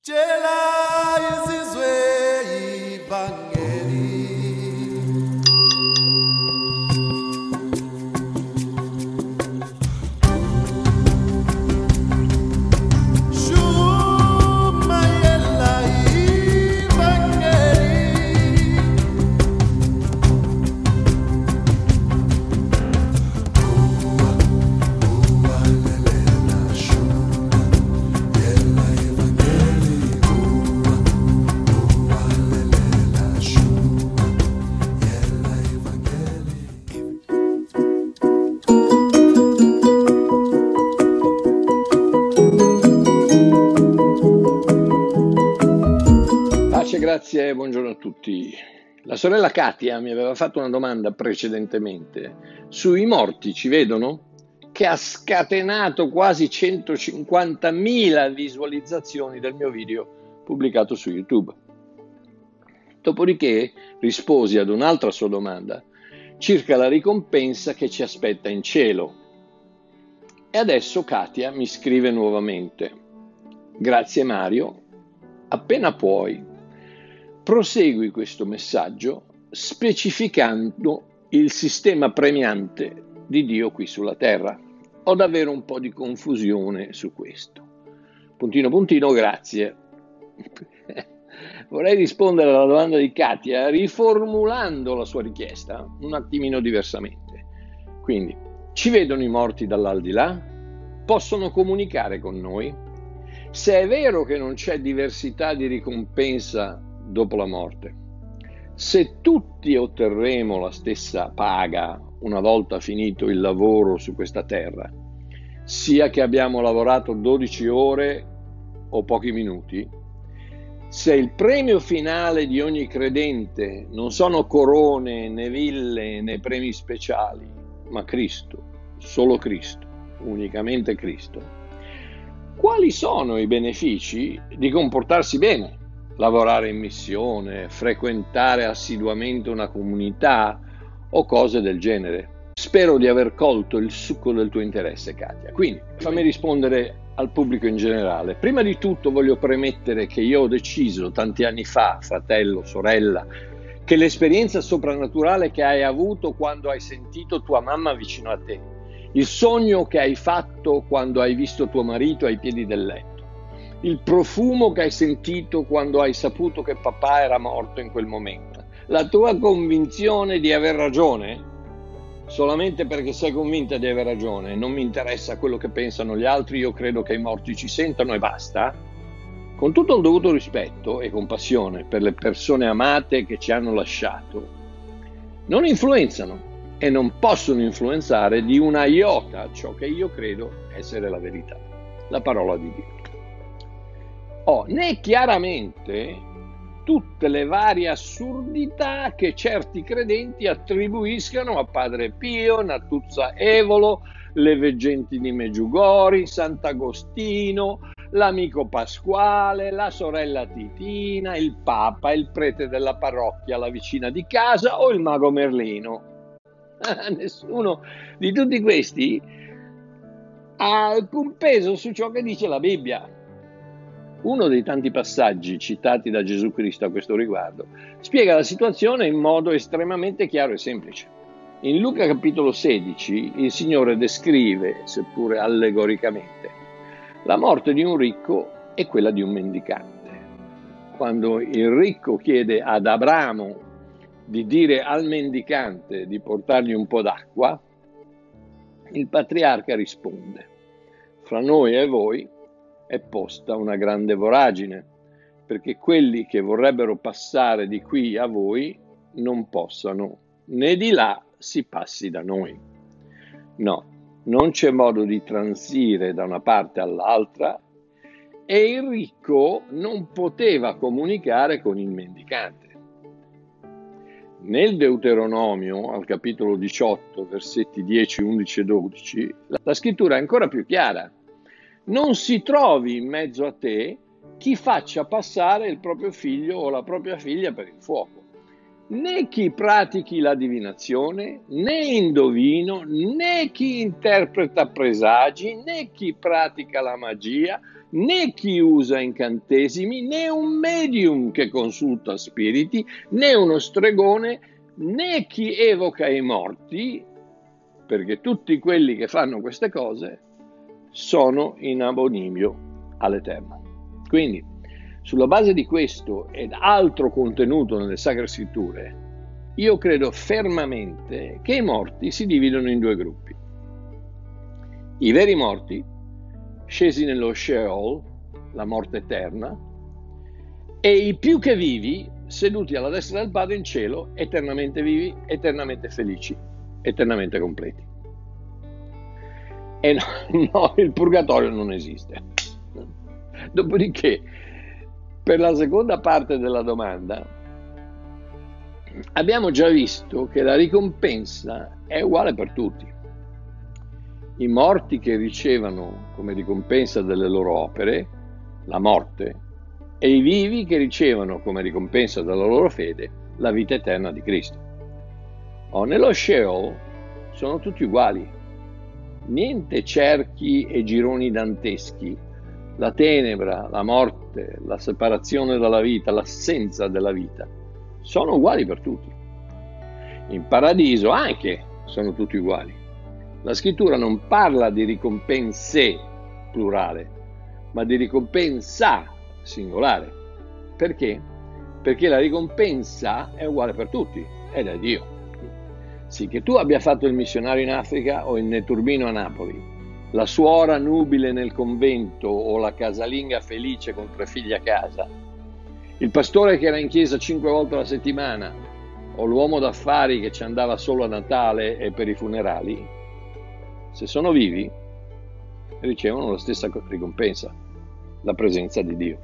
Tshela izizwe ivangeli. Shumayela ivangeli. Lelela shumayela ivangeli. Lelela shumayela ivangeli. Pace, grazie e buongiorno a tutti. La sorella Katia mi aveva fatto una domanda precedentemente sui morti, ci vedono? Che ha scatenato quasi 150.000 visualizzazioni del mio video pubblicato su YouTube. Dopodiché risposi ad un'altra sua domanda circa la ricompensa che ci aspetta in cielo. E adesso Katia mi scrive nuovamente: grazie Mario, appena puoi prosegui questo messaggio specificando il sistema premiante di Dio qui sulla terra. Ho davvero un po' di confusione su questo. Puntino puntino, grazie. Vorrei rispondere alla domanda di Katia riformulando la sua richiesta un attimino diversamente. Quindi, ci vedono i morti dall'aldilà? Possono comunicare con noi? Se è vero che non c'è diversità di ricompensa dopo la morte, se tutti otterremo la stessa paga una volta finito il lavoro su questa terra, sia che abbiamo lavorato 12 ore o pochi minuti, se il premio finale di ogni credente non sono corone, né ville, né premi speciali, ma Cristo, solo Cristo, unicamente Cristo, quali sono i benefici di comportarsi bene? Lavorare in missione, frequentare assiduamente una comunità o cose del genere. Spero di aver colto il succo del tuo interesse, Katia. Quindi fammi rispondere al pubblico in generale. Prima di tutto voglio premettere che io ho deciso tanti anni fa, fratello, sorella, che l'esperienza soprannaturale che hai avuto quando hai sentito tua mamma vicino a te, il sogno che hai fatto quando hai visto tuo marito ai piedi del letto, il profumo che hai sentito quando hai saputo che papà era morto in quel momento, la tua convinzione di aver ragione, solamente perché sei convinta di aver ragione, non mi interessa quello che pensano gli altri, io credo che i morti ci sentano e basta, con tutto il dovuto rispetto e compassione per le persone amate che ci hanno lasciato, non influenzano e non possono influenzare di una iota ciò che io credo essere la verità, la parola di Dio. Né chiaramente tutte le varie assurdità che certi credenti attribuiscano a Padre Pio, Natuzza Evolo, le veggenti di Meggiugori, Sant'Agostino, l'amico Pasquale, la sorella Titina, il Papa, il prete della parrocchia, la vicina di casa o il mago Merlino. Nessuno di tutti questi ha alcun peso su ciò che dice la Bibbia. Uno dei tanti passaggi citati da Gesù Cristo a questo riguardo spiega la situazione in modo estremamente chiaro e semplice. In Luca capitolo 16 il Signore descrive, seppure allegoricamente, la morte di un ricco e quella di un mendicante. Quando il ricco chiede ad Abramo di dire al mendicante di portargli un po' d'acqua, il patriarca risponde: fra noi e voi è posta una grande voragine, perché quelli che vorrebbero passare di qui a voi non possano, né di là si passi da noi. No, non c'è modo di transire da una parte all'altra e il ricco non poteva comunicare con il mendicante. Nel Deuteronomio, al capitolo 18, versetti 10, 11 e 12, la scrittura è ancora più chiara. Non si trovi in mezzo a te chi faccia passare il proprio figlio o la propria figlia per il fuoco, né chi pratichi la divinazione, né indovino, né chi interpreta presagi, né chi pratica la magia, né chi usa incantesimi, né un medium che consulta spiriti, né uno stregone, né chi evoca i morti, perché tutti quelli che fanno queste cose sono in abominio all'Eterno. Quindi, sulla base di questo ed altro contenuto nelle Sacre Scritture, io credo fermamente che i morti si dividono in due gruppi. I veri morti, scesi nello Sheol, la morte eterna, e i più che vivi, seduti alla destra del Padre in cielo, eternamente vivi, eternamente felici, eternamente completi. E no, il purgatorio non esiste. Dopodiché, per la seconda parte della domanda, abbiamo già visto che la ricompensa è uguale per tutti. I morti che ricevono come ricompensa delle loro opere la morte, e i vivi che ricevono come ricompensa della loro fede la vita eterna di Cristo. Nello Sheol sono tutti uguali, niente cerchi e gironi danteschi, la tenebra, la morte, la separazione dalla vita, l'assenza della vita, sono uguali per tutti. In paradiso anche sono tutti uguali. La scrittura non parla di ricompense, plurale, ma di ricompensa, singolare. Perché? Perché la ricompensa è uguale per tutti, ed è Dio. Sì, che tu abbia fatto il missionario in Africa o il netturbino a Napoli, la suora nubile nel convento o la casalinga felice con 3 figli a casa, il pastore che era in chiesa 5 volte alla settimana o l'uomo d'affari che ci andava solo a Natale e per i funerali, se sono vivi ricevono la stessa ricompensa, la presenza di Dio.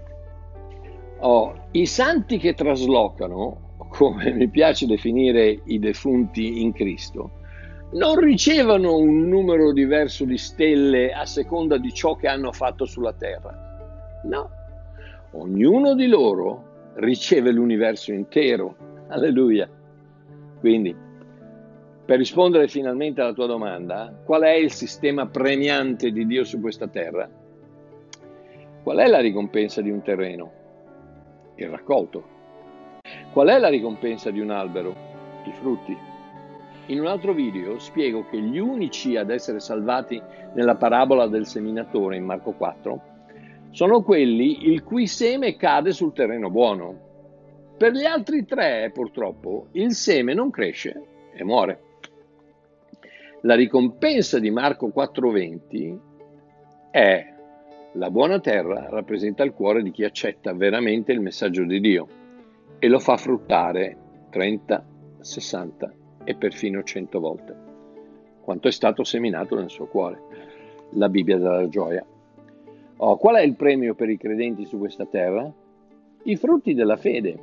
I santi che traslocano, come mi piace definire i defunti in Cristo, non ricevono un numero diverso di stelle a seconda di ciò che hanno fatto sulla terra. No, ognuno di loro riceve l'universo intero. Alleluia. Quindi, per rispondere finalmente alla tua domanda, qual è il sistema premiante di Dio su questa terra? Qual è la ricompensa di un terreno? Il raccolto. Qual è la ricompensa di un albero? I frutti. In un altro video spiego che gli unici ad essere salvati nella parabola del seminatore in Marco 4 sono quelli il cui seme cade sul terreno buono. Per gli altri 3, purtroppo, il seme non cresce e muore. La ricompensa di Marco 4,20 è: la buona terra rappresenta il cuore di chi accetta veramente il messaggio di Dio e lo fa fruttare 30, 60 e perfino 100 volte quanto è stato seminato nel suo cuore. La Bibbia della gioia. Qual è il premio per i credenti su questa terra? I frutti della fede.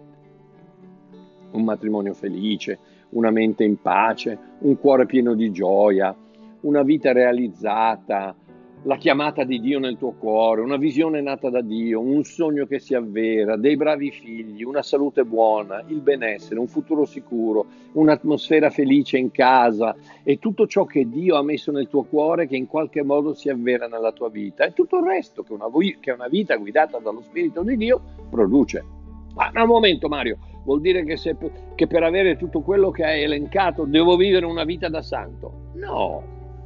Un matrimonio felice, una mente in pace, un cuore pieno di gioia, una vita realizzata, la chiamata di Dio nel tuo cuore, una visione nata da Dio, un sogno che si avvera, dei bravi figli, una salute buona, il benessere, un futuro sicuro, un'atmosfera felice in casa e tutto ciò che Dio ha messo nel tuo cuore che in qualche modo si avvera nella tua vita e tutto il resto che una vita guidata dallo Spirito di Dio produce. Ma un momento, Mario, vuol dire che per avere tutto quello che hai elencato devo vivere una vita da santo? No,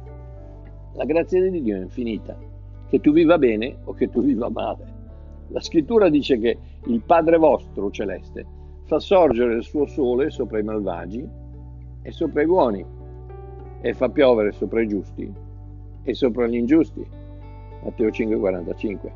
la grazia di Dio è infinita, che tu viva bene o che tu viva male. La scrittura dice che il Padre vostro celeste fa sorgere il suo sole sopra i malvagi e sopra i buoni e fa piovere sopra i giusti e sopra gli ingiusti. Matteo 5,45.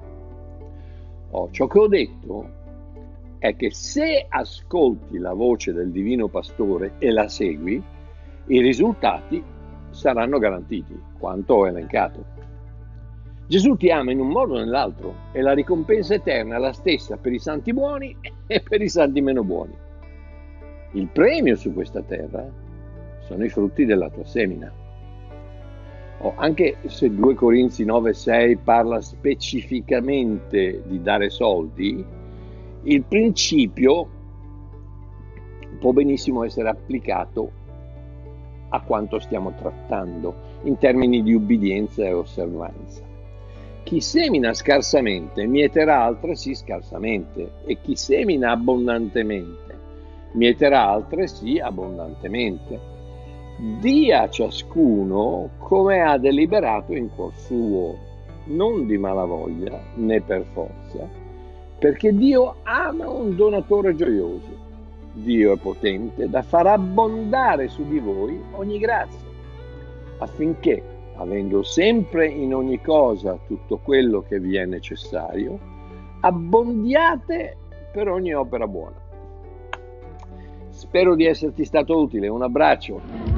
Ciò che ho detto è che se ascolti la voce del divino pastore e la segui, i risultati saranno garantiti, quanto ho elencato. Gesù ti ama in un modo o nell'altro e la ricompensa eterna è la stessa per i santi buoni e per i santi meno buoni. Il premio su questa terra sono i frutti della tua semina. Anche se 2 Corinzi 9,6 parla specificamente di dare soldi, il principio può benissimo essere applicato a quanto stiamo trattando in termini di ubbidienza e osservanza. Chi semina scarsamente mieterà altresì scarsamente, e chi semina abbondantemente mieterà altresì abbondantemente. Dia a ciascuno come ha deliberato in cuor suo, non di malavoglia né per forza, perché Dio ama un donatore gioioso. Dio è potente da far abbondare su di voi ogni grazia, affinché, avendo sempre in ogni cosa tutto quello che vi è necessario, abbondiate per ogni opera buona. Spero di esserti stato utile. Un abbraccio.